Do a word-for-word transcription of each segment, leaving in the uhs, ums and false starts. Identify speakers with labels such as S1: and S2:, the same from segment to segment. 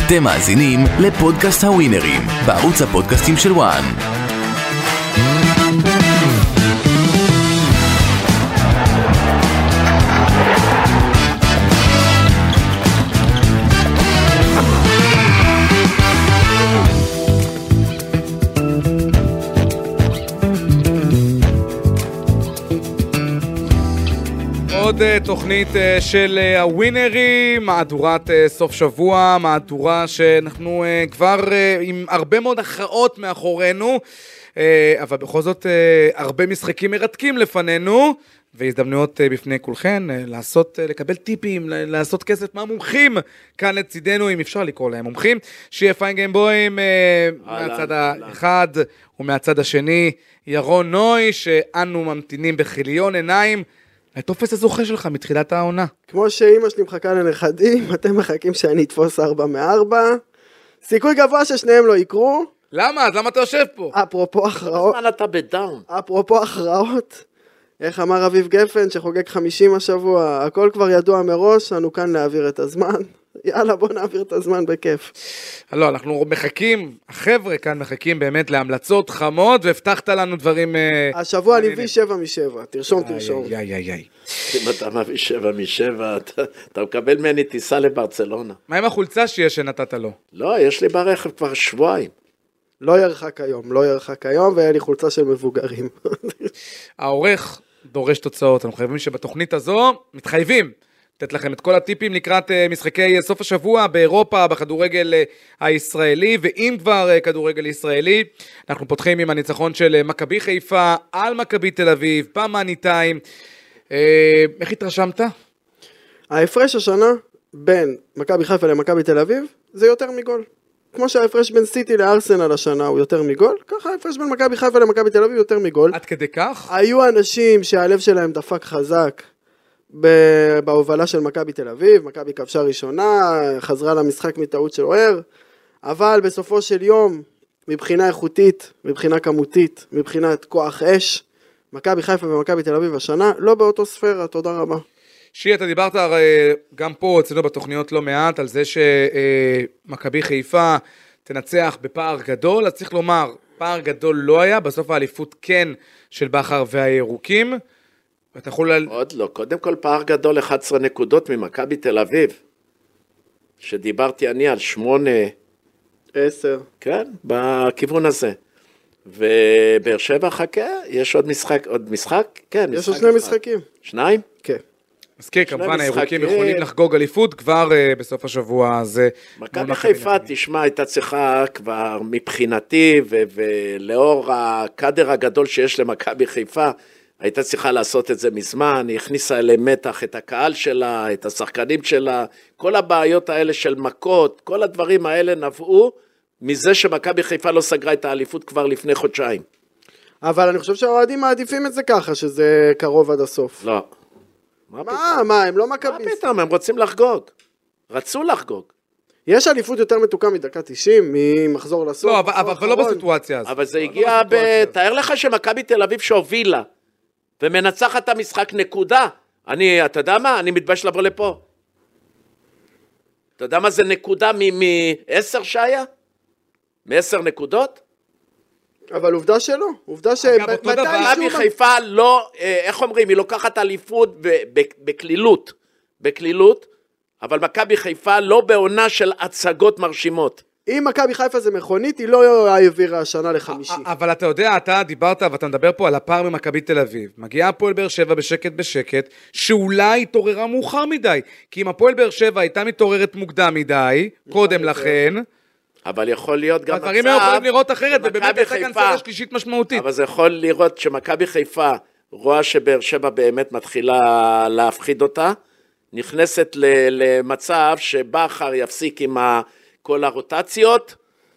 S1: אתם מאזינים לפודקאסט הווינרים, בערוץ הפודקאסטים של וואן.
S2: עוד תוכנית של הווינרים, מהדורת סוף שבוע, מהדורה שאנחנו כבר עם הרבה מאוד הכרעות מאחורינו, אבל בכל זאת הרבה משחקים מרתקים לפנינו, והזדמנויות בפני כולכן לעשות, לקבל טיפים, לעשות כסף מהמומחים כאן לצידנו, אם אפשר לקרוא להם מומחים. שיהיה פיין גיימבויים מהצד האחד ומהצד השני, ירון נוי, שאנו ממתינים בחיליון עיניים, התופס הזוכה שלך מתחילת העונה.
S3: כמו שאמא שלי מחכה לנכדים, אתם מחכים שאני אתפוס ארבע מארבע. סיכוי גבוה ששניהם לא יקרו.
S2: למה? אז למה אתה יושב פה?
S3: אפרופו הכרעות.
S4: בזמן אתה בדאון.
S3: אפרופו הכרעות. איך אמר אביב גפן שחוגג חמישים השבוע, הכל כבר ידוע מראש, אנו כאן להעביר את הזמן. יאללה, בוא נעביר את הזמן בכיף.
S2: לא, אנחנו מחכים, החבר'ה כאן מחכים באמת להמלצות חמות, והבטחת לנו דברים...
S3: השבוע אני מביא שבע משבע, תרשום, תרשום.
S2: איי, איי, איי.
S4: אם אתה מביא שבע משבע, אתה מקבל ממני טיסה לברצלונה.
S2: מה עם החולצה שיש שנתת לו?
S4: לא, יש לי ברכב כבר שבועיים.
S3: לא ירחק היום, לא ירחק היום, והיה לי חולצה של מבוגרים.
S2: העורך דורש תוצאות, אנחנו חייבים שבתוכנית הזו מתחייבים. לתת לכם את כל הטיפים לקראת משחקי סוף השבוע באירופה, בכדורגל הישראלי, ואם כבר כדורגל ישראלי, אנחנו פותחים עם הניצחון של מכבי חיפה על מכבי תל אביב, במאני טיים. איך התרשמת?
S3: ההפרש השנה בין מכבי חיפה למכבי תל אביב זה יותר מגול. כמו שההפרש בין סיטי לארסנל השנה הוא יותר מגול, ככה ההפרש בין מכבי חיפה למכבי תל אביב יותר מגול.
S2: עד כדי כך?
S3: היו אנשים שהלב שלהם דפק חזק, בהובלה של מכבי תל אביב, מכבי כבשה ראשונה, חזרה למשחק מטעות של אוהר, אבל בסופו של יום, מבחינה איכותית, מבחינה כמותית, מבחינת כוח אש, מכבי חיפה ומכבי תל אביב השנה, לא באותו ספירה, תודה רבה.
S2: שי, אתה דיברת גם פה, אצלנו בתוכניות לא מעט, על זה שמכבי חיפה תנצח בפער גדול, אז צריך לומר, פער גדול לא היה, בסוף האליפות כן של בכר והירוקים, אתה יכול...
S4: עוד לא, קודם כל פער גדול אחת עשרה נקודות ממכבי תל אביב, שדיברתי אני על שמונה...
S3: עשר.
S4: כן, בכיוון הזה. ובאר שבע חכה, יש עוד משחק, עוד משחק? כן,
S3: יש עוד שני משחקים.
S4: שניים?
S3: כן.
S2: מזכיר, כמובן הירוקים יכולים לחגוג אליפות כבר בסוף השבוע הזה.
S4: מכבי חיפה, תשמע, הייתה צריכה כבר מבחינתי, ולאור הקדר הגדול שיש למכבי חיפה, הייתה צריכה לעשות את זה מזמן, היא הכניסה אליהם מתח את הקהל שלה, את השחקנים שלה, כל הבעיות האלה של מכות, כל הדברים האלה נבעו מזה שמכבי חיפה לא סגרה את האליפות כבר לפני חודשיים.
S3: אבל אני חושב שהאוהדים מעדיפים את זה ככה, שזה קרוב עד הסוף.
S4: לא.
S3: מה, מה, מה הם לא מכבי?
S4: מה פתאום, הם רוצים לחגוג. רצו לחגוג.
S3: יש אליפות יותר מתוקה מדקה תשעים, ממחזור לסוף.
S2: לא, אבל לא בסיטואציה הזאת.
S4: אבל זה הגיע ב... תאר לך שמכבי תל אביב שהובילה, ומנצחת את המשחק נקודה. אני, אתה יודע מה? אני מתבייש לבוא לפה. אתה יודע מה זה נקודה מ-עשר שהיה? מ-עשר נקודות?
S3: אבל עובדה שלא. עובדה ש...
S4: מכבי חיפה לא, איך אומרים, היא לוקחת אליפות בכלילות. בכלילות, אבל מכבי חיפה לא בעונה של הצגות מרשימות.
S3: אם מכבי חיפה זה מכונית, היא לא העבירה השנה לחמישי.
S2: אבל אתה יודע, אתה דיברת ואתה מדבר פה על הפער ממכבי תל אביב. מגיעה הפועל באר שבע בשקט בשקט, שאולי התעוררה מאוחר מדי. כי אם הפועל באר שבע הייתה מתעוררת מוקדם מדי, קודם לכן...
S4: אבל יכול להיות גם מצב...
S2: הדברים יכולים לראות אחרת, ובאמת הייתה כאן סדר שלישית משמעותית.
S4: אבל זה יכול לראות שמכבי חיפה רואה שבאר שבע באמת מתחילה להפחיד אותה, נכנסת למצב שבכר יפסיק עם ה... כל הרוטציות,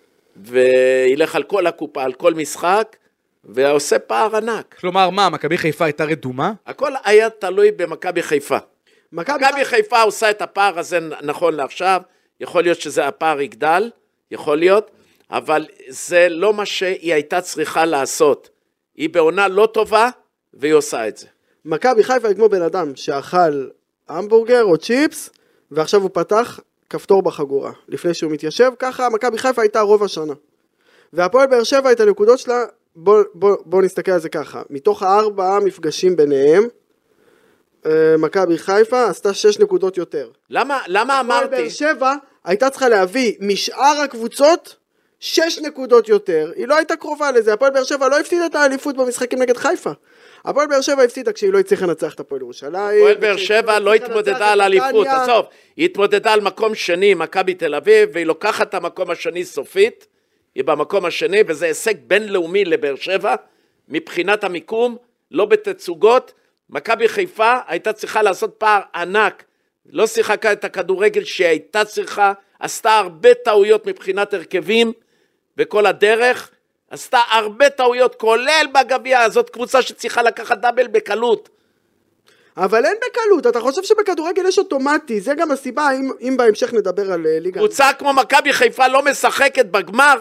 S4: וילך על כל הקופה, על כל משחק, ועושה פער ענק.
S2: כלומר, מה, מכבי חיפה הייתה רדומה?
S4: הכל היה תלוי במכבי חיפה. מכבי חיפה עושה את הפער הזה נכון לעכשיו, יכול להיות שזה הפער יגדל, יכול להיות, אבל זה לא מה שהיא הייתה צריכה לעשות. היא בעונה לא טובה, והיא עושה את זה.
S3: מכבי חיפה היא כמו בן אדם שאכל המבורגר או צ'יפס, ועכשיו הוא פתח כפתור בחגורה, לפני שהוא מתיישב, ככה מכבי חיפה הייתה רוב השנה. והפועל באר שבע, את הנקודות שלה, בוא, בוא, בוא נסתכל על זה ככה, מתוך הארבעה מפגשים ביניהם, מכבי חיפה עשתה שש נקודות יותר.
S4: למה, למה אמרתי?
S3: הפועל באר שבע הייתה צריכה להביא משאר הקבוצות שש נקודות יותר, היא לא הייתה קרובה לזה, הפועל באר שבע לא הפסידה את האליפות במשחקים נגד חיפה. הפועל באר שבע הפסידה כשהיא לא הצליחה לנצח את הפועל ירושלים.
S4: הפועל באר שבע לא התמודדה על האליפות, עזוב, היא התמודדה על מקום שני, מכבי תל אביב, והיא לוקחת את המקום השני סופית, היא במקום השני, וזה הישג בינלאומי לבאר שבע, מבחינת המיקום, לא בתצוגות, מכבי חיפה הייתה צריכה לעשות פער ענק, לא שיחקה את הכדורגל שהיא הייתה צריכה, עשתה הרבה טעויות מבחינת הרכבים, וכל הדרך, עשתה הרבה טעויות, כולל בגביע, הזאת קבוצה שצריכה לקחת דאבל בקלות.
S3: אבל אין בקלות, אתה חושב שבכדורגל יש אוטומטי, זה גם הסיבה, אם, אם בהמשך נדבר על ליגה.
S4: קבוצה כמו מכבי חיפה לא משחקת בגמר,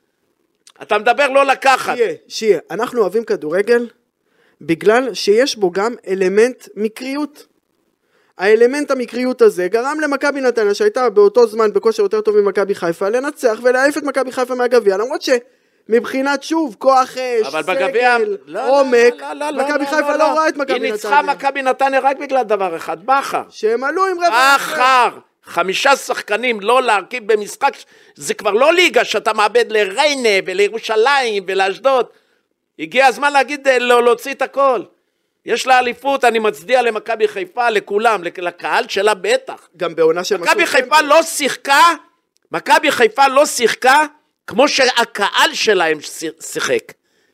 S4: אתה מדבר לא לקחת.
S3: שיהיה, שיהיה, אנחנו אוהבים כדורגל, בגלל שיש בו גם אלמנט מקריות. האלמנט המקריות הזה גרם למכבי נתניה שהייתה באותו זמן בכושר יותר טוב ממכבי חיפה לנצח ולהעיף את מכבי חיפה מהגביע, למרות שמבחינת שוב כוח אש, סגל, עומק, מכבי חיפה לא רואה את מכבי נתניה.
S4: היא ניצחה מכבי נתניה רק בגלל דבר אחד, בכר.
S3: שהם עלו עם רבע.
S4: בכר, חמישה שחקנים לא להרכיב במשחק, זה כבר לא ליגה שאתה מאבד לריינה ולירושלים ולאשדוד. הגיע הזמן להגיד, לא להוציא את הכל. יש לה אליפות, אני מצדיע למכבי חיפה, לכולם, לקהל שלה בטח.
S3: גם בעונה של
S4: מכבי חיפה לא שיחקה, מכבי חיפה לא שיחקה, כמו שהקהל שלהם שיחק.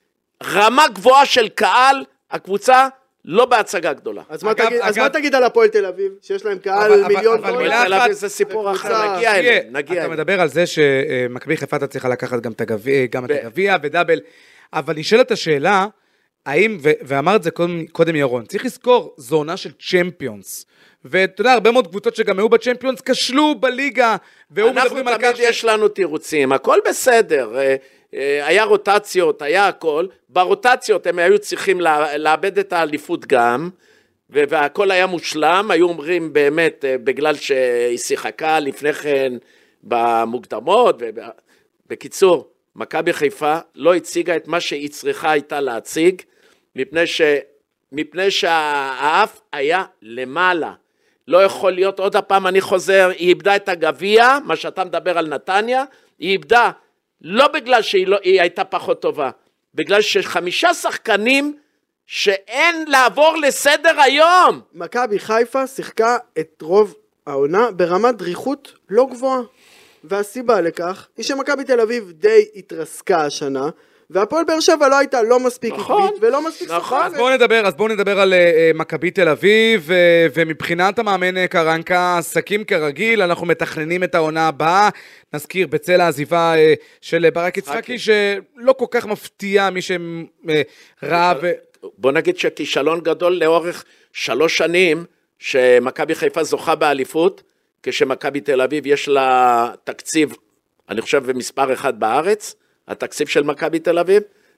S4: רמה גבוהה של קהל, הקבוצה לא בהצגה גדולה.
S3: אז מה תגיד, אז מה תגיד על הפועל תל אביב, שיש להם קהל מיליון דולר?
S4: אבל תל אביב זה סיפור אחר, נגיע אליהם, נגיע אליהם.
S2: אתה מדבר על זה שמכבי חיפה אתה צריך לקחת גם את הגביע ודאבל, אבל נשאלת השאלה, האם, ואמר את זה קודם, קודם ירון, צריך לזכור, זו עונה של צ'מפיונס, ואתה יודע, הרבה מאוד קבוצות שגם היו בצ'מפיונס, כשלו בליגה,
S4: אנחנו תמיד יש לנו תירוצים, הכל בסדר, היה רוטציות, היה הכל, ברוטציות הם היו צריכים לאבד את האליפות גם, והכל היה מושלם, היו אומרים באמת, בגלל שהיא שיחקה לפני כן במוקדמות, ובקיצור, מכבי חיפה לא הציגה את מה שהיא צריכה הייתה להציג, מפני, ש... מפני שהאף היה למעלה. לא יכול להיות, עוד הפעם אני חוזר, היא איבדה את הגביע, מה שאתה מדבר על נתניה, היא איבדה, לא בגלל שהיא לא, היא הייתה פחות טובה, בגלל שחמישה שחקנים שאין לעבור לסדר היום.
S3: מכבי חיפה שיחקה את רוב העונה ברמת דריכות לא גבוהה. והסיבה לכך היא שמכבי תל אביב די התרסקה השנה, והפועל באר שבע לא הייתה לא מספיק
S4: נכון,
S3: עקבית ולא מספיק
S4: נכון.
S2: אז בואו נדבר, אז בואו נדבר על uh, מכבי תל אביב, uh, ומבחינת המאמן קרנקה, עסקים כרגיל, אנחנו מתכננים את העונה הבאה, נזכיר בצל העזיבה uh, של ברק יצחקי, שלא כל כך מפתיע מי שראה ו...
S4: בוא נגיד שכישלון גדול לאורך שלוש שנים, שמכבי חיפה זוכה באליפות, כשמכבי תל אביב יש לה תקציב, אני חושב במספר אחד בארץ, התקציב של מכבי תל אביב,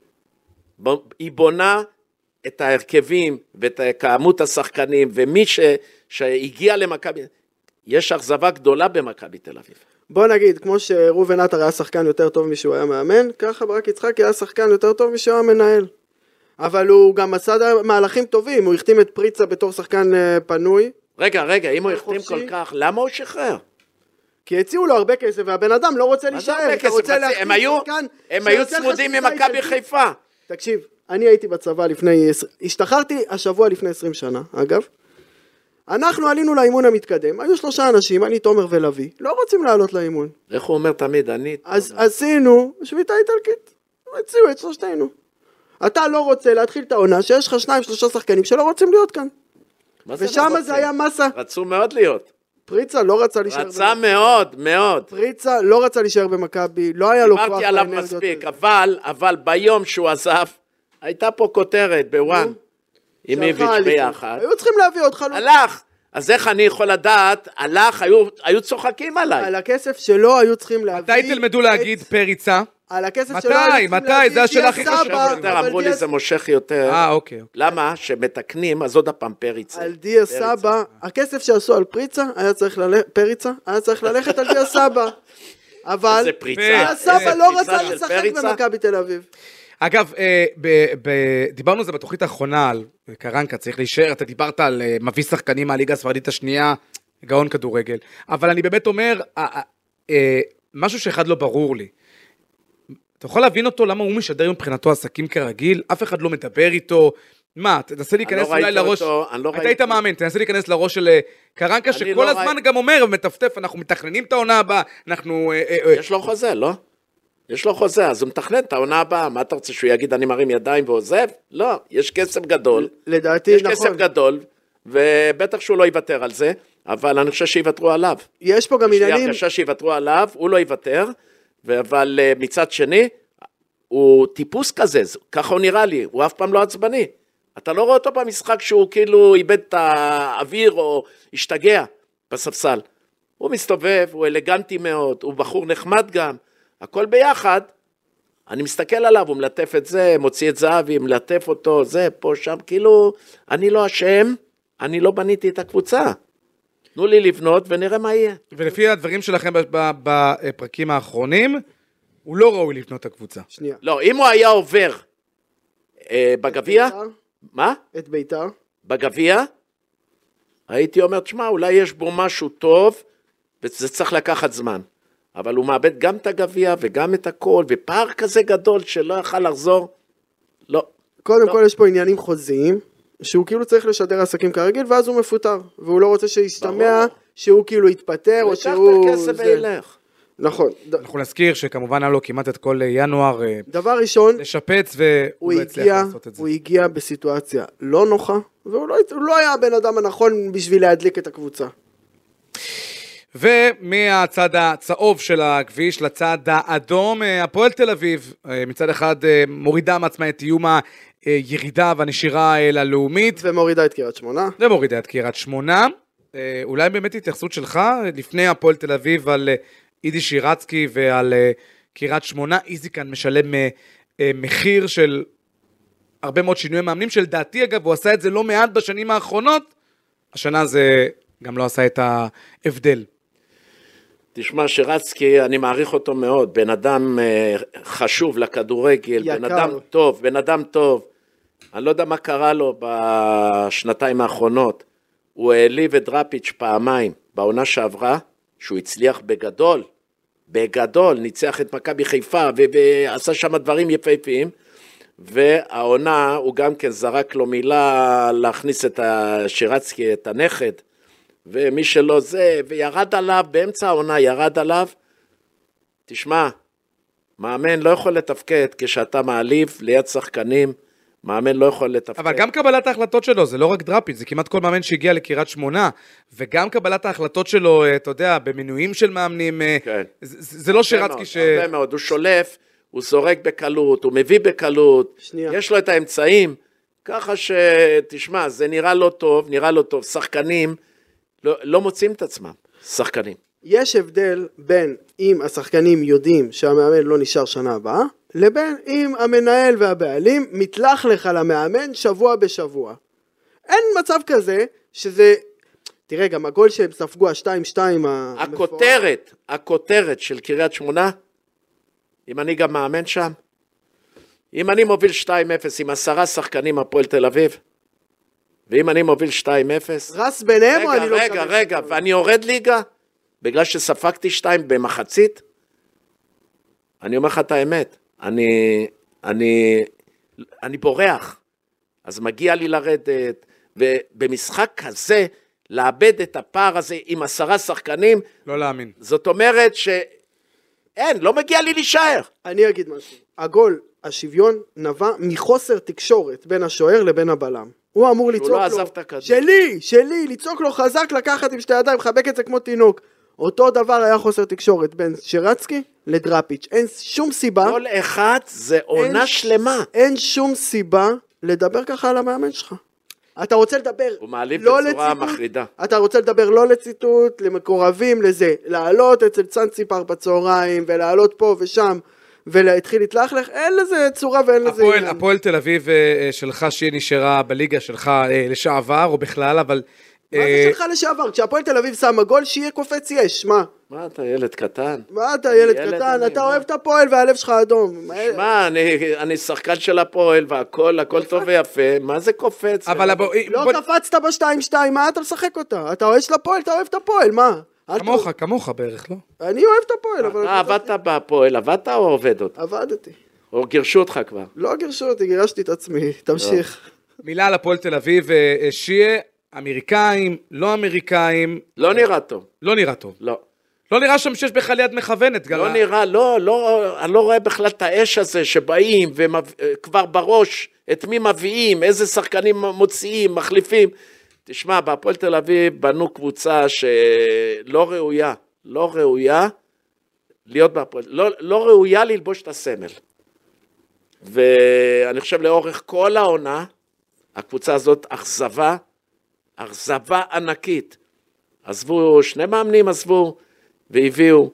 S4: היא בונה את ההרכבים ואת כמות השחקנים, ומי ש, שהגיע למכבי, יש אכזבה גדולה במכבי תל אביב.
S3: בוא נגיד, כמו שרובן עטר היה שחקן יותר טוב משהוא היה מאמן, ככה ברק יצחקי היה שחקן יותר טוב משהוא היה מנהל. אבל הוא גם עשה מהלכים טובים, הוא החתים את פריצה בתור שחקן פנוי,
S4: רגע, רגע, אם הוא החתים כל כך, למה הוא שחרר?
S3: כי הציעו לו הרבה כסף, והבן אדם לא רוצה להישאר.
S4: הם היו, הם היו צמודים ממכבי חיפה.
S3: תקשיב, אני הייתי בצבא לפני, השתחררתי השבוע לפני עשרים שנה, אגב. אנחנו עלינו לאימון המתקדם, היו שלושה אנשים, אני תומר ולוי, לא רוצים לעלות לאימון.
S4: איך הוא אומר תמיד, אני...
S3: אז עשינו שביתה איטלקית, הציעו את שלושתנו. אתה לא רוצה להתחיל את העונה, שיש לך שניים, שלושה שחקנים שלא רוצים להיות כאן. ושם זה היה מסה.
S4: רצו מאוד להיות.
S3: פריצה לא רצה להישאר.
S4: רצה מאוד, מאוד.
S3: פריצה לא רצה להישאר במכבי, לא היה לו כוח.
S4: אמרתי עליו מספיק, אבל, אבל ביום שהוא עזב, הייתה פה כותרת בוואן, עם איביץ' ביחד.
S3: היו צריכים להביא עוד חלוק.
S4: הלך. אז איך אני יכול לדעת, הלך, היו, היו צוחקים עליי.
S3: על הכסף שלו היו צריכים להביא.
S2: מתי תלמדו להגיד פריצה?
S3: על הכסף
S2: מתי?
S3: שלו...
S2: מתי? זה השאלה הכי
S3: חשובה.
S2: חשובה.
S4: יותר, אמרו לי זה מושך יותר.
S2: אה, אוקיי.
S4: למה? שמתקנים, אז עוד הפעם פריצה.
S3: על דיה סבא, הכסף שעשו על פריצה, היה צריך ללכת, פריצה, היה צריך ללכת על דיה סבא. אבל
S4: איזה פריצה.
S3: דיה סבא
S4: איזה
S3: לא
S4: פריצה
S3: רצה
S4: של
S3: לשחק
S4: פריצה.
S3: במכבי תל אביב.
S2: אגב, אה, ב- ב- דיברנו על זה בתוכנית האחרונה, על קרנקה, צריך להישאר, אתה דיברת על אה, מביא שחקנים מהליגה הספרדית השנייה, גאון כדורגל, אבל אני באמת אומר, אה, אה, אה, משהו שאחד לא ברור לי, אתה יכול להבין אותו, למה הוא משדר מבחינתו עסקים כרגיל, אף אחד לא מדבר איתו, מה, תנסה להיכנס אולי לראש, אתה היית מאמן, תנסה להיכנס לראש של אה, קרנקה, שכל הזמן גם אומר ומטפטף, אנחנו מתכננים את העונה הבאה, אנחנו... אה, אה,
S4: יש לו חוזה, לא? יש לו חוזה, אז הוא מתכנן את העונה הבאה, מה אתה רוצה שהוא יגיד אני מרים ידיים ועוזב? לא, יש כסף גדול,
S3: לדעתי,
S4: יש
S3: נכון.
S4: כסף גדול, ובטח שהוא לא יוותר על זה, אבל אני חושב שיוותרו עליו.
S3: יש פה גם
S4: יש לי
S3: עניינים...
S4: הרגשה שיוותרו עליו, הוא לא יוותר, אבל uh, מצד שני, הוא טיפוס כזה, ככה הוא נראה לי, הוא אף פעם לא עצבני. אתה לא רואה אותו במשחק שהוא כאילו איבד את האוויר או השתגע בספסל. הוא מסתובב, הוא אלגנטי מאוד, הוא בחור נחמד גם, הכל ביחד, אני מסתכל עליו, הוא מלטף את זה, מוציא את זהבי, מלטף אותו, זה, פה, שם, כאילו, אני לא אשם, אני לא בניתי את הקבוצה. תנו לי לבנות ונראה מה יהיה.
S2: ולפי הדברים שלכם בפרקים האחרונים, הוא לא ראוי לבנות את הקבוצה.
S3: שנייה.
S4: לא, אם הוא היה עובר אה, בגביע, מה?
S3: את ביתר.
S4: בגביע, הייתי אומר, תשמע, אולי יש בו משהו טוב, וזה צריך לקחת זמן. אבל הוא מאבד גם את הגביע וגם את הכל, ופער כזה גדול שלא יכל לחזור, לא.
S3: קודם
S4: לא.
S3: כל יש פה עניינים חוזיים, שהוא כאילו צריך לשדר עסקים כרגיל, ואז הוא מפוטר, והוא לא רוצה שישתמע
S4: ברור.
S3: שהוא כאילו יתפטר, או שהוא...
S4: הוא ייקח את הכסף וילך.
S3: נכון. ד-
S2: אנחנו נזכיר שכמובן היה לו כמעט את כל ינואר אה,
S3: דבר ראשון,
S2: לשפץ, והוא
S3: הוא
S2: לא הצליח
S3: הגיע,
S2: לעשות את זה.
S3: הוא הגיע בסיטואציה לא נוחה, והוא לא, הוא לא היה הבן אדם הנכון בשביל להדליק את הקבוצה.
S2: ומהצד הצהוב של הכביש לצד האדום, אה, הפועל תל אביב, אה, מצד אחד אה, מורידה מעצמה את איום הירידה והנשירה אה, ללאומית,
S3: ומורידה את קריית שמונה.
S2: ומורידה את קריית שמונה. אה, אולי באמת התייחסות שלך לפני הפועל תל אביב על אה, אידי שירצקי ועל אה, קריית שמונה. איזי כאן משלם אה, אה, מחיר של הרבה מאוד שינויי מאמנים, שלדעתי אגב הוא עשה את זה לא מעט בשנים האחרונות, השנה זה גם לא עשה את ההבדל.
S4: תשמע, שירצקי, אני מעריך אותו מאוד, בן אדם אה, חשוב לכדורגל,
S3: יקר.
S4: בן אדם טוב, בן אדם טוב. אני לא יודע מה קרה לו בשנתיים האחרונות. הוא העליב את דראפיץ' פעמיים, בעונה שעברה, שהוא הצליח בגדול, בגדול, ניצח את מכבי חיפה, ו- ועשה שם דברים יפהפיים, והעונה, הוא גם כן זרק לו מילה להכניס את שירצקי, את הנכד, ומי שלא זה, וירד עליו, באמצע העונה ירד עליו, תשמע, מאמן לא יכול לתפקד כשאתה מעליב ליד שחקנים, מאמן לא יכול לתפקד.
S2: אבל גם קבלת ההחלטות שלו, זה לא רק דראפיץ', זה כמעט כל מאמן שהגיע לקריית שמונה, וגם קבלת ההחלטות שלו, אתה יודע, במינויים של מאמנים,
S4: כן.
S2: זה, זה לא שירצקי ש...
S4: הרבה מאוד, הוא שולף, הוא זורק בקלות, הוא מביא בקלות,
S3: שנייה.
S4: יש לו את האמצעים, ככה שתשמע, זה נראה לא טוב, נראה לא טוב, שחקנים לא, לא מוצאים את עצמם, שחקנים.
S3: יש הבדל בין אם השחקנים יודעים שהמאמן לא נשאר שנה הבאה, לבין אם המנהל והבעלים מתלח לך למאמן שבוע בשבוע. אין מצב כזה שזה, תראה גם הגול שהם ספגו, ה-שתיים שתיים המפורט.
S4: הכותרת, הכותרת של קריית שמונה, אם אני גם מאמן שם, אם אני מוביל שתיים אפס עם עשרה שחקנים הפועל תל אביב, ואם אני מוביל שתיים אפס,
S3: רס ביניהם או
S4: רגע,
S3: אני לא...
S4: רגע, רגע, ואני יורד ליגה, בגלל שספקתי שתיים במחצית, אני אומר לך את האמת, אני, אני, אני בורח, אז מגיע לי לרדת, ובמשחק כזה, לאבד את הפער הזה עם עשרה שחקנים,
S2: לא להאמין.
S4: זאת אומרת שאין, לא מגיע לי להישאר.
S3: אני אגיד משהו, הגול, השוויון, נבע מחוסר תקשורת בין השוער לבין הבלם. הוא אמור לצעוק
S4: לא
S3: לו,
S4: עזב את הכדור.
S3: שלי, שלי, לצעוק לו חזק, לקחת עם שתי ידיים, חבק את זה כמו תינוק. אותו דבר היה חוסר תקשורת בין שירצקי לדראפיץ'. אין שום סיבה,
S4: כל אחד זה עונה
S3: אין-
S4: שלמה.
S3: אין שום סיבה לדבר ככה על המאמן שלך. אתה רוצה לדבר
S4: הוא מעליב
S3: לא
S4: בצורה
S3: לציטוט,
S4: מחרידה.
S3: אתה רוצה לדבר לא לציטוט, למקורבים, לזה, לעלות אצל צאנציפר בצהריים, ולעלות פה ושם, ולהתחיל להתלכלך, אין לזה צורה ואין לזה
S2: הפועל,
S3: עניין.
S2: הפועל תל אביב אה, שלך שהיא נשארה בליגה שלך אה, לשעבר או בכלל, אבל...
S3: מה זה שלך לשעבר? כשהפועל תל אביב שמה גול, שיהיה קופץ יש, מה?
S4: מה, אתה ילד קטן?
S3: מה אתה ילד קטן? אתה אוהב את הפועל והלב שלך אדום.
S4: שמע, אני שחקן של הפועל והכל, הכל טוב ויפה, מה זה קופץ?
S2: אבל...
S3: לא קפצת בשתיים שתיים, מה אתה משחק אותה? אתה אוהב של הפועל, אתה אוהב את הפועל, מה?
S2: כמוך, כמוך בערך, לא?
S3: אני אוהב את הפועל, אבל...
S4: אתה עבדת בהפועל, עבדת או עובד אותה?
S3: עבדתי.
S4: או גירשו אותך כבר?
S3: לא גירשו אותי, גירשתי את עצמי, תמשיך.
S2: מילה על הפועל תל אביב, שיהיה אמריקאים, לא אמריקאים.
S4: לא נראה טוב.
S2: לא נראה טוב.
S4: לא.
S2: לא נראה שם שיש בכלל יד מכוונת.
S4: לא נראה, לא, לא, אני לא רואה בכלל את האש הזה שבאים וכבר בראש את מי מביאים, איזה שחקנים מוציאים, מחליפים. תשמע, בהפועל תל אביב בנו קבוצה שלא ראויה, לא ראויה להיות בהפועל, לא, לא ראויה ללבוש את הסמל. ואני חושב לאורך כל העונה, הקבוצה הזאת אכזבה, אכזבה ענקית. עזבו, שני מאמנים עזבו, והביאו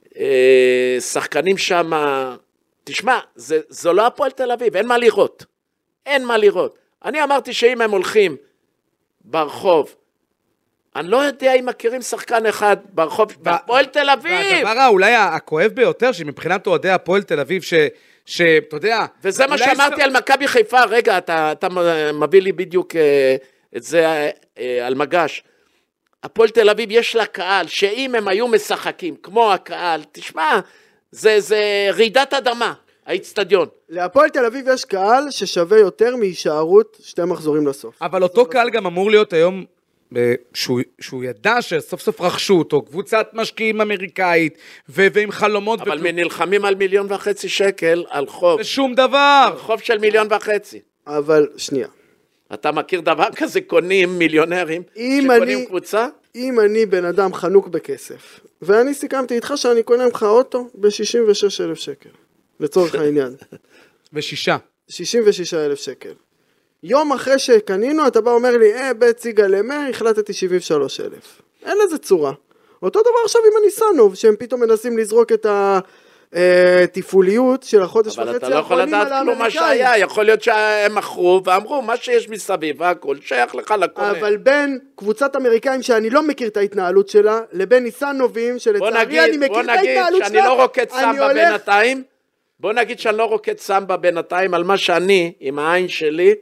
S4: אה, שחקנים שם, תשמע, זה, זו לא הפועל תל אביב, אין מה לראות, אין מה לראות. אני אמרתי שאם הם הולכים ברחוב, אני לא יודע אם מכירים שחקן אחד ברחוב, בהפועל תל אביב.
S2: והדבר אולי הכואב ביותר, שמבחינת אוהדי הפועל תל אביב, ש... שאתה יודע...
S4: וזה מה שאמרתי על מכבי חיפה, רגע, אתה, אתה מביא לי בדיוק אה, את זה אה, על מגש. הפועל תל אביב יש לה קהל, שאם הם היו משחקים כמו הקהל, תשמע, זה, זה רעידת אדמה, האצטדיון.
S3: להפועל תל אביב יש קהל ששווה יותר מהישארות שתי מחזורים לסוף.
S2: אבל אותו קהל גם אמור להיות היום, שהוא, שהוא ידע שסוף סוף רכשו אותו, קבוצת משקיעים אמריקאית, ו- ועם חלומות...
S4: אבל וכלום. נלחמים על מיליון וחצי שקל על חוב.
S2: ושום דבר.
S4: על חוב של מיליון וחצי.
S3: אבל שנייה.
S4: אתה מכיר דבר כזה, קונים מיליונרים שקונים אני, קבוצה?
S3: אם אני בן אדם חנוק בכסף, ואני סיכמתי איתך שאני קונה ממך אוטו ב-שישים ושש אלף שקל, לצורך העניין.
S2: ושישה.
S3: שישים ושישה אלף שקל. יום אחרי שקנינו, אתה בא אומר לי, אה, בית סיגה למאה, החלטתי שבעים ושלושה אלף. אין לזה צורה. אותו דבר עכשיו עם הניסנוב, שהם פתאום מנסים לזרוק את ה... טיפוליות של החודש וחצי.
S4: אבל אתה לא יכול לדעת כלום מה שהיה, יכול להיות שהם מכרו ואמרו מה שיש מסביב והכל שייך לך לקונה.
S3: אבל בין קבוצת אמריקאים שאני לא מכיר את ההתנהלות שלה, לבין ניסנובים שלצערי אני מכיר את ההתנהלות שלה.
S4: בוא נגיד שאני לא רוקד סמבה בינתיים, בוא נגיד שאני לא רוקד סמבה בינתיים על מה שאני עם העין שלי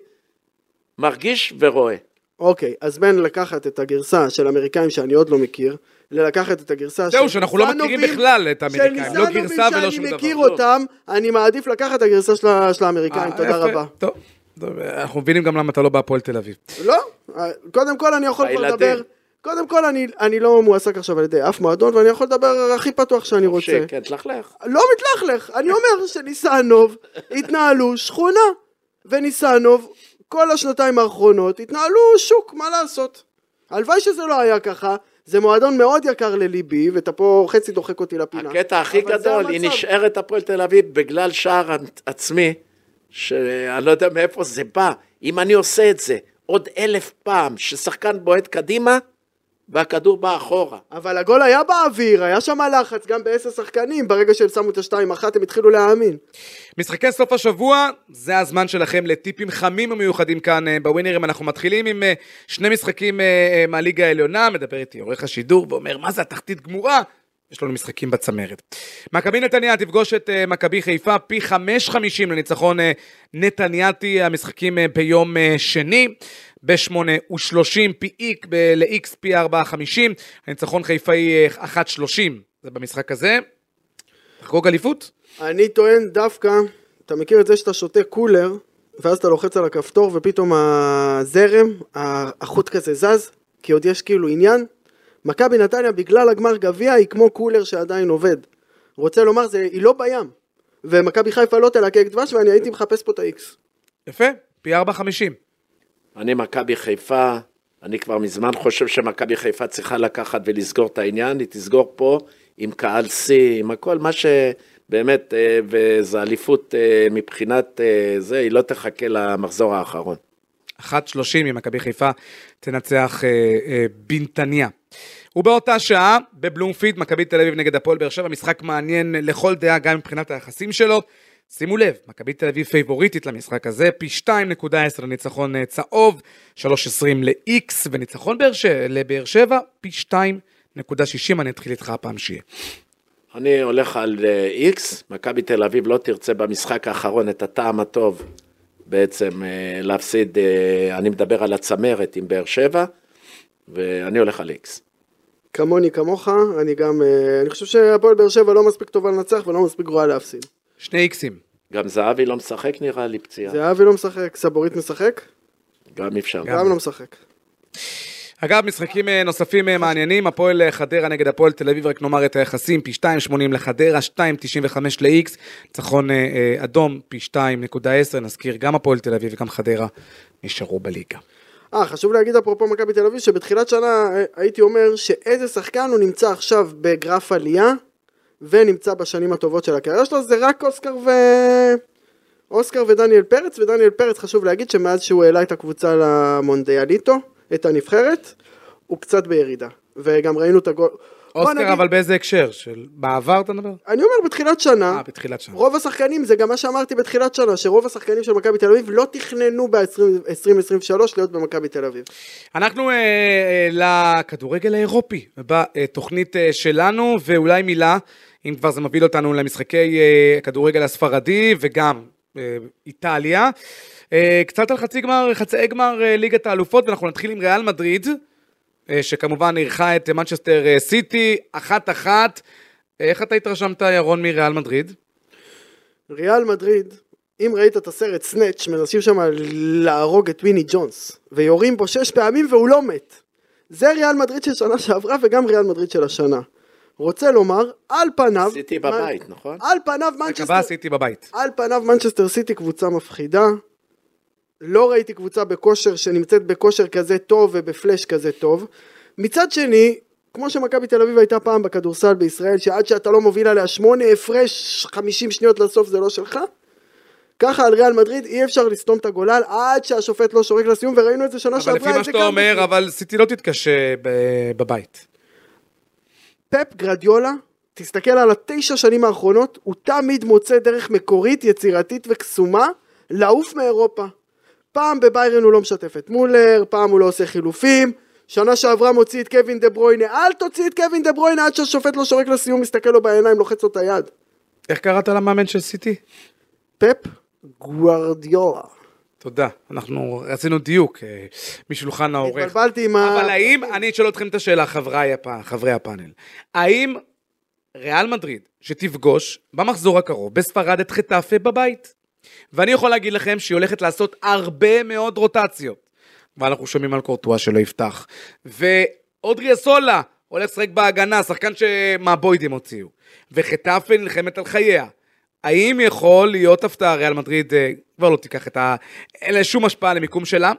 S4: מרגיש ורואה.
S3: אוקיי, אז בין לקחת את הגרסה של אמריקאים שאני עוד לא מכיר, ללקחת את הגרסה
S2: זהו, שאנחנו לא מכירים בכלל את האמריקאים, לא גרסה ולא שום דבר.
S3: שאני מכיר אותם, אני מעדיף לקחת את הגרסה של האמריקאים, תודה רבה.
S2: טוב, אנחנו מבינים גם למה אתה לא בהפועל תל אביב.
S3: לא, קודם כל אני יכול כבר לדבר, קודם כל אני לא מועסק עכשיו על ידי אף מועדון, ואני יכול לדבר הכי פתוח שאני רוצה.
S4: כן, תלכלך.
S3: לא מתלכלך, אני אומר שניסנוב התנהלו שכונה, וניסנוב כל השנתיים האחרונות התנהלו שוק, מה לעשות? הלוואי שזה לא היה ככה, זה מועדון מאוד יקר לליבי, ואתה פה חצי דוחק אותי לפינה.
S4: הקטע הכי גדול, היא נשארת הפועל תל אביב בגלל שער עצמי, שאני לא יודע מאיפה זה בא. אם אני עושה את זה עוד אלף פעם, ששחקן בועט קדימה, והכדור בא אחורה.
S3: אבל הגול היה באוויר, היה שם לחץ גם בעשר שחקנים, ברגע שהם שמו את השתיים אחת, הם התחילו להאמין.
S2: משחקי סוף השבוע, זה הזמן שלכם לטיפים חמים ומיוחדים כאן בווינרים. אנחנו מתחילים עם שני משחקים מהליגה העליונה, מדבר איתי עורך השידור ואומר, מה זה התחתית גמורה? יש לנו משחקים בצמרת. מכבי נתניה תפגוש את מכבי חיפה פי חמש חמישים לניצחון נתניאתי, המשחקים ביום שני. ב-שמונה ושלושים פי איק, ל-X פי ארבע חמישים, הניצחון חיפאי אחת שלושים, זה במשחק הזה. תחגוג אליפות?
S3: אני טוען דווקא, אתה מכיר את זה שאתה שותה קולר, ואז אתה לוחץ על הכפתור, ופתאום הזרם, החוט כזה זז, כי עוד יש כאילו עניין. מכבי נתניה בגלל הגמר גביע, היא כמו קולר שעדיין עובד. רוצה לומר, זה, היא לא בים. ומכבי חיפה לא תלקק דבש, ואני הייתי מחפש פה את ה-X.
S2: יפה, פי ארבע חמישים.
S4: אני מכבי חיפה, אני כבר מזמן חושב שמכבי חיפה צריכה לקחת ולסגור את העניין, היא תסגור פה עם קהל C, עם הכל, מה שבאמת, וזה אליפות מבחינת זה, היא לא תחכה למחזור האחרון.
S2: אחת שלושים עם מכבי חיפה תנצח בנתניה. ובאותה שעה, בבלומפיד, מכבי תל אביב נגד הפועל באר שבע, משחק מעניין לכל דעה, גם מבחינת היחסים שלו. שימו לב, מכבי תל אביב פייבוריטית למשחק הזה, פי שתיים נקודה עשר לניצחון צהוב, שלוש עשרים ל-X, וניצחון לבאר שבע, פי שתיים נקודה שישים, אני אתחיל איתך הפעם שיהיה.
S4: אני הולך על X, מכבי תל אביב לא תרצה במשחק האחרון את הטעם הטוב, בעצם להפסיד, אני מדבר על הצמרת עם באר שבע, ואני הולך על X.
S3: כמוני כמוך, אני גם, אני חושב שהפועל באר שבע לא מספיק טובה לנצח ולא מספיק גרועה להפסיד.
S2: שני איקסים.
S4: גם זהבי לא משחק נראה לי פציעה.
S3: זהבי לא משחק, סבורית משחק?
S4: גם אפשר.
S3: גם, גם לא משחק.
S2: אגב, משחקים נוספים מעניינים, הפועל חדרה נגד הפועל תל אביב, רק נאמר את היחסים, פי שתיים שמונים לחדרה, שתיים תשעים וחמש ל-X, ניצחון אדום, פי שתיים נקודה עשר, נזכיר גם הפועל תל אביב וגם חדרה נשארו בליגה.
S3: אה, חשוב להגיד אפרופו מכבי תל אביב, שבתחילת שנה הייתי אומר שאיזה שחקן הוא נמצא עכשיו בגרף עלייה, ונמצא בשנים הטובות של הקריירה שלו, זה רק אוסקר ו... אוסקר ודניאל פרץ, ודניאל פרץ חשוב להגיד שמאז שהוא העלה את הקבוצה למונדיאליטו, את הנבחרת, הוא קצת בירידה, וגם ראינו את הגול...
S2: אוסקר נגיד... אבל באיזה הקשר? של... בעבר אתה מדבר?
S3: אני אומר בתחילת שנה,
S2: אה, בתחילת שנה.
S3: רוב השחקנים, זה גם מה שאמרתי בתחילת שנה, שרוב השחקנים של מכבי תל אביב לא תכננו ב-עשרים עשרים ושלוש להיות במכבי תל אביב.
S2: אנחנו אה, אה, לכדורגל האירופי, בתוכנית אה, שלנו, ואולי מילה, אם כבר זה מביא אותנו למשחקי אה, כדורגל הספרדי, וגם אה, איטליה, אה, קצת על חצי גמר, חצאי גמר אה, ליגת האלופות, ואנחנו נתחיל עם ריאל מדריד, אה, שכמובן ערכה את מנצ'סטר אה, סיטי, אחת אחת. איך אתה התרשמת, ירון, מריאל מדריד?
S3: ריאל מדריד, אם ראית את הסרט סנאץ', מנסים שם להרוג את ויני ג'ונס, ויורים בו שש פעמים והוא לא מת. זה ריאל מדריד של שנה שעברה, וגם ריאל מדריד של השנה. רוצה לומר, על פניו...
S4: סיטי בבית, נכון?
S3: על פניו מנצ'סטר...
S2: הקבע סיטי בבית.
S3: על פניו מנצ'סטר סיטי קבוצה מפחידה. לא ראיתי קבוצה בכושר שנמצאת בכושר כזה טוב ובפלש כזה טוב. מצד שני, כמו שמכבי תל אביב הייתה פעם בכדורסל בישראל, שעד שאתה לא מוביל עליה שמונה הפרש חמישים שניות לסוף זה לא שלך, ככה על ריאל מדריד אי אפשר לסתום את הגולל עד שהשופט לא שורק לסיום, וראינו את זה שנה שעברה.
S2: אבל לפי מה שאתה אומר, אבל סיטי לא תתקשה בבית.
S3: פפ גרדיולה, תסתכל על התשע שנים האחרונות, הוא תמיד מוצא דרך מקורית, יצירתית וקסומה, לעוף מאירופה. פעם בביירן הוא לא משתף את מולר, פעם הוא לא עושה חילופים, שנה שעברה מוציא את קווין דה ברוינה, אל תוציא את קווין דה ברוינה עד שהשופט לא שורק לסיום, מסתכל לו בעיניים, לוחץ לו את היד.
S2: איך קראת למאמן של סיטי?
S3: פפ גרדיולה.
S2: תודה, אנחנו רצינו דיוק משולחן העורך.
S3: התבלבלתי עם ה...
S2: אבל האם, אני אשאל אתכם את השאלה, חברי, חברי הפאנל, האם ריאל מדריד שתפגוש במחזור הקרוב בספרד את חטאפה בבית, ואני יכול להגיד לכם שהיא הולכת לעשות הרבה מאוד רוטציות, ואנחנו שומעים על קורטואה שלא יפתח, ואודריה סולה הולך לשחק בהגנה, שחקן שמהבוידים הוציאו, וחטאפה נלחמת על חייה. האם יכול להיות הפתעה, ריאל מדריד כבר לא תיקח את ה... אין לה שום השפעה למיקום שלה,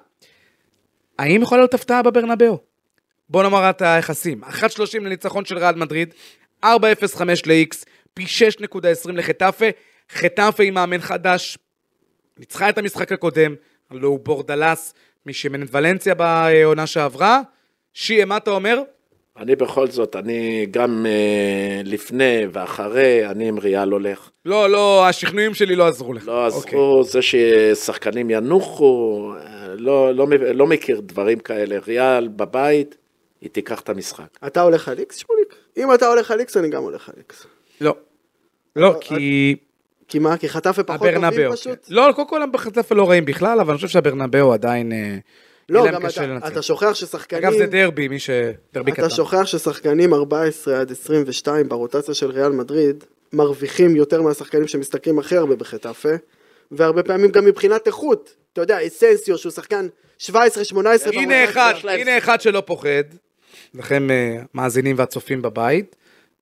S2: האם יכול להיות הפתעה בברנבאו? בוא נאמר את היחסים, אחת שלושים לניצחון של ריאל מדריד, ארבע אפס חמש ל-X, פי שש נקודה עשרים לחטאפה, חטאפה עם מאמן חדש, ניצחה את המשחק הקודם, הלוא הוא בורדלס, מי שמנט ולנסיה בעונה שעברה. שיה, מה אתה אומר?
S4: אני בכל זאת, אני גם uh, לפני ואחרי, אני עם ריאל הולך.
S2: לא, לא, השכנועים שלי לא עזרו לך.
S4: לא עזרו, okay. זה ששחקנים ינוחו, לא, לא, לא מכיר דברים כאלה. ריאל בבית, היא תיקח את המשחק.
S3: אתה הולך על איקס, שמוליק? אם אתה הולך על איקס, אני גם הולך על איקס.
S2: לא. לא, כי...
S3: כי מה? כי חטאפה פחות טובים פשוט?
S2: לא, קודם כל חטאפה לא רעים בכלל, אבל אני חושב שהברנבאו עדיין...
S3: לא, גם אתה, אתה שוכח ששחקנים...
S2: אגב, זה דרבי, מי ש... דרבי
S3: אתה
S2: קטן.
S3: שוכח ששחקנים ארבע עשרה עד עשרים ושתיים ברוטציה של ריאל מדריד, מרוויחים יותר מהשחקנים שמסתכלים הכי הרבה בחטאפה, והרבה פעמים גם מבחינת איכות. אתה יודע, אסנסיו, שהוא שחקן שבע עשרה שמונה עשרה...
S2: הנה אחד, הנה אחד שלא פוחד, לכם מאזינים והצופים בבית.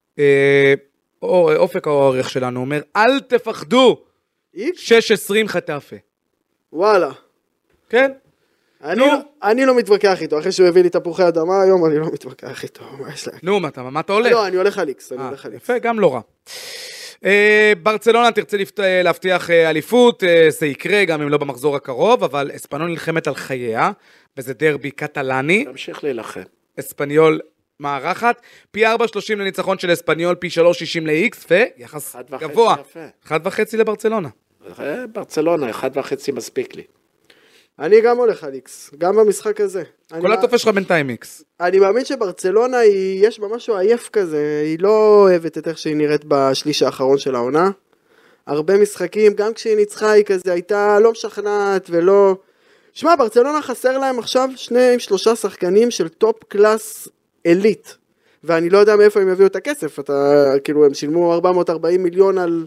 S2: אופק העורך שלנו אומר, אל תפחדו, שש עשרים חטאפה.
S3: וואלה.
S2: כן?
S3: אני, לא, אני לא מתווכח איתו, אחרי שהוא הביא לי תפוחי אדמה היום, אני לא מתווכח איתו, מה יש להם?
S2: נו, מה אתה, מה אתה הולך?
S3: לא, אני הולך על איקס, אני הולך על איקס.
S2: יפה, גם לא רע. ברצלונה תרצה להבטיח אליפות, זה יקרה גם אם לא במחזור הקרוב, אבל אספניול נלחמת על חייה, וזה דרבי קטלני.
S4: תמשיך להילחם.
S2: אספניול מארחת, פי ארבע שלושים לניצחון של אספניול, פי שלוש שישים ל-X, ויחס גבוה, אחד וחצי לברצלונה.
S4: ברצלונה, אחד וחצי מספיק לי.
S3: אני גם הולך על X, גם במשחק הזה.
S2: כל התופש שלך בינתיים X.
S3: אני מאמין שברצלונה היא, יש בה משהו עייף כזה, היא לא אוהבת את איך שהיא נראית בשליש האחרון של העונה. הרבה משחקים, גם כשהיא ניצחה היא כזה, הייתה לא משכנעת ולא... שמע, ברצלונה חסר להם עכשיו שני, שלושה שחקנים של טופ קלאס אליט. ואני לא יודע מאיפה הם יביאו את הכסף. אתה, כאילו, הם שילמו ארבע מאות וארבעים מיליון על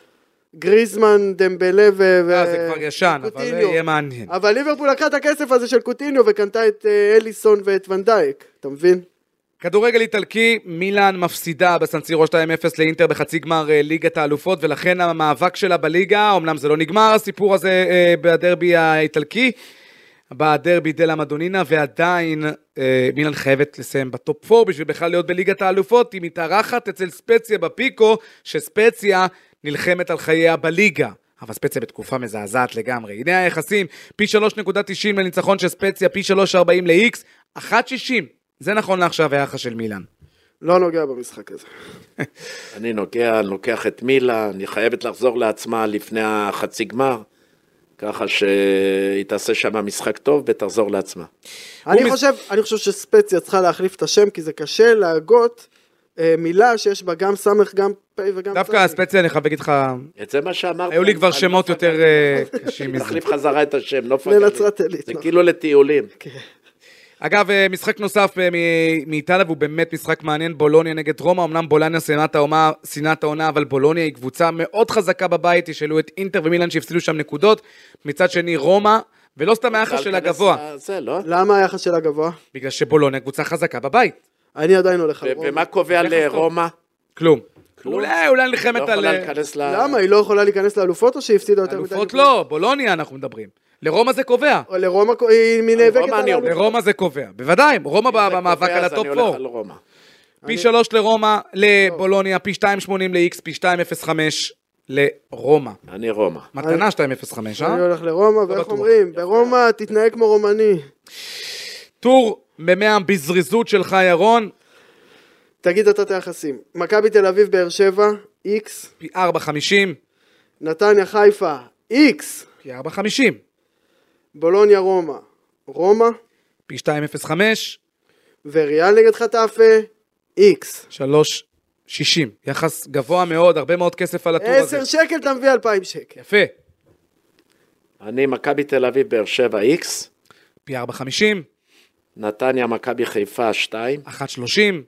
S3: גריזמן, דמבלה ו...
S2: זה כבר ישן, אבל זה יהיה מעניין.
S3: אבל ליברפול לקחה את הכסף הזה של קוטיניו וקנתה את אליסון ואת ונדייק. אתה מבין?
S2: כדורגל איטלקי, מילאן מפסידה בסנסירו שתיים אפס לאינטר בחצי גמר ליגת האלופות, ולכן המאבק שלה בליגה, אמנם זה לא נגמר הסיפור הזה בדרבי האיטלקי, בדרבי דלה מדונינה, ועדיין מילאן חייבת לסיים בטופ ארבע בשביל בכלל להיות בליגת האלופות, היא מתארחת אצל ספציה בפיקו, שספציה נלחמת על חייה בליגה. אבל ספציה בתקופה מזעזעת לגמרי. הנה היחסים, פי שלוש נקודה תשעים לניצחון של ספציה, פי שלוש נקודה ארבעים ל-X, אחת שישים. זה נכון לעכשיו היחס של מילאן.
S3: לא נוגע במשחק הזה.
S4: אני נוגע, אני לוקח את מילאן, אני חייבת לחזור לעצמה לפני החצי גמר, ככה שהיא תעשה שם משחק טוב ותחזור לעצמה.
S3: אני חושב, אני חושב שספציה צריכה להחליף את השם, כי זה קשה להגות אה, מילה שיש בה גם סמך, גם פי וגם...
S2: דווקא הספציה אני חייב להגיד לך...
S4: את זה מה שאמרתי.
S2: היו לי כבר שמות יותר קשים מזה.
S4: תחליף חזרה את השם, לא
S3: לנצרת עילית.
S4: זה כאילו לטיולים.
S2: אגב, משחק נוסף מאיטליה, והוא באמת משחק מעניין, בולוניה נגד רומא, אמנם בולוניה שנאת העונה, אבל בולוניה היא קבוצה מאוד חזקה בבית, ישאלו את אינטר ומילאן שהפסידו שם נקודות, מצד שני רומא, ולא סתם היחס שלה גבוה.
S3: למה היחס שלה גבוה?
S2: בגלל שבולוניה קבוצה חזקה בבית.
S3: אני עדיין הולך על רומא.
S4: ומה קובע לרומא?
S2: כלום. אולי, אולי נלחמת על...
S3: למה? היא לא יכולה להיכנס לאלופות או שהיא הפסידה יותר מדי?
S2: אלופות לא, בולוניה אנחנו מדברים. לרומא זה קובע.
S3: לרומא היא מנאבקת על אלופות.
S2: לרומא זה קובע. בוודאי, רומא במאבק על הטופ ארבע. פי שלוש לרומא, לבולוניה, פי שתיים שמונים ל-X, פי שתיים אפס חמש לרומא.
S4: אני רומא.
S2: מתנה שתיים אפס חמש, אה?
S3: אני הולך לרומא, ואיך אומרים? ברומא תתנהג כמו רומני.
S2: טור במאה בזריזות שלך, ירון.
S3: תגיד אתה את היחסים. מכבי תל אביב באר שבע, X.
S2: פי ארבע חמישים.
S3: נתניה חיפה, X.
S2: פי ארבע חמישים.
S3: בולוניה רומא, רומא.
S2: פי שתיים אפס חמש.
S3: וריאל נגד חטאפה, X.
S2: שלוש שישים. יחס גבוה מאוד, הרבה מאוד כסף על הטור הזה.
S3: עשר שקל אתה מביא אלפיים שקל.
S2: יפה.
S4: אני מכבי תל אביב באר שבע X.
S2: פי ארבע חמישים.
S4: נתניה מכבי חיפה שתיים.
S2: אחת שלושים.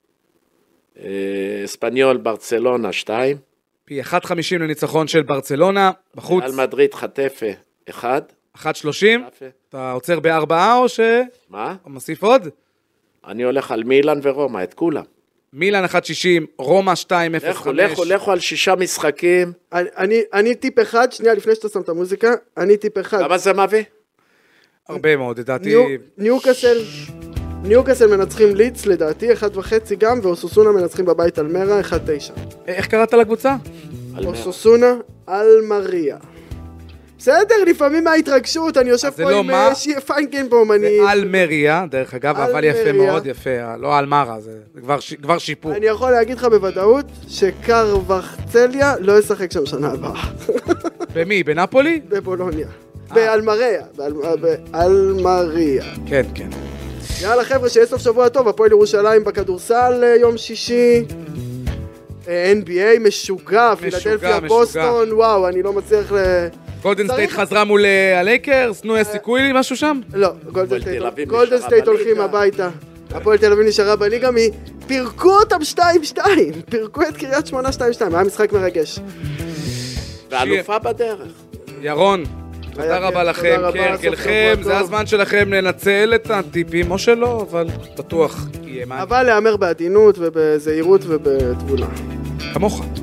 S4: אספניול ברצלונה שתיים.
S2: פי אחת חמישים לניצחון של ברצלונה, בחוץ.
S4: על מדריד חטאפה אחד.
S2: אחת שלושים. אתה עוצר בארבעה או ש...
S4: מה?
S2: מוסיף עוד?
S4: אני הולך על מילאן ורומא, את כולם.
S2: מילאן אחת שישים, רומא שתיים אפס חמש.
S4: לכו, לכו, לכו על שישה משחקים.
S3: אני, אני, אני טיפ אחד, שנייה לפני שאתה שם את המוזיקה, אני טיפ אחד.
S4: כמה זה מביא?
S2: הרבה מאוד, לדעתי.
S3: ניו, ניוקאסל, ניוקאסל מנצחים לידס, לדעתי, אחד וחצי גם, ואוסוסונה מנצחים בבית אלמרה, אחד תשע.
S2: איך קראת לקבוצה?
S3: אוסוסונה אלמריה. בסדר, לפעמים מההתרגשות, אני יושב פה עם פיינקנבום, אני...
S2: זה אלמריה, דרך אגב, אבל יפה מאוד, יפה, לא אלמרה, זה כבר שיפור.
S3: אני יכול להגיד לך בוודאות שקרווחצליה לא ישחק שם שנה הבאה.
S2: במי? בנפולי?
S3: בבולוניה. באלמריה, באלמריה.
S2: כן, כן.
S3: יאללה חבר'ה, שיהיה סוף שבוע טוב, הפועל ירושלים בכדורסל יום שישי. אן בי איי משוגע, פילדלפיה, בוסטון, וואו, אני לא מצליח ל...
S2: גולדן סטייט חזרה מול הלייקרס, נו, יש סיכוי לי משהו שם?
S3: לא, גולדן סטייט הולכים הביתה. הפועל תל אביב נשארה בליגה, פירקו אותם שתיים שתיים, פירקו את קריית שמונה שתיים שתיים, היה משחק מרגש.
S4: ואלופה בדרך.
S2: ירון, תודה רבה לכם, כהרגלכם, זה הזמן שלכם לנצל את הטיפים, או שלא, אבל בטוח יהיה מעניין.
S3: אבל להאמר בעדינות ובזהירות ובתבונה.
S2: כמוך.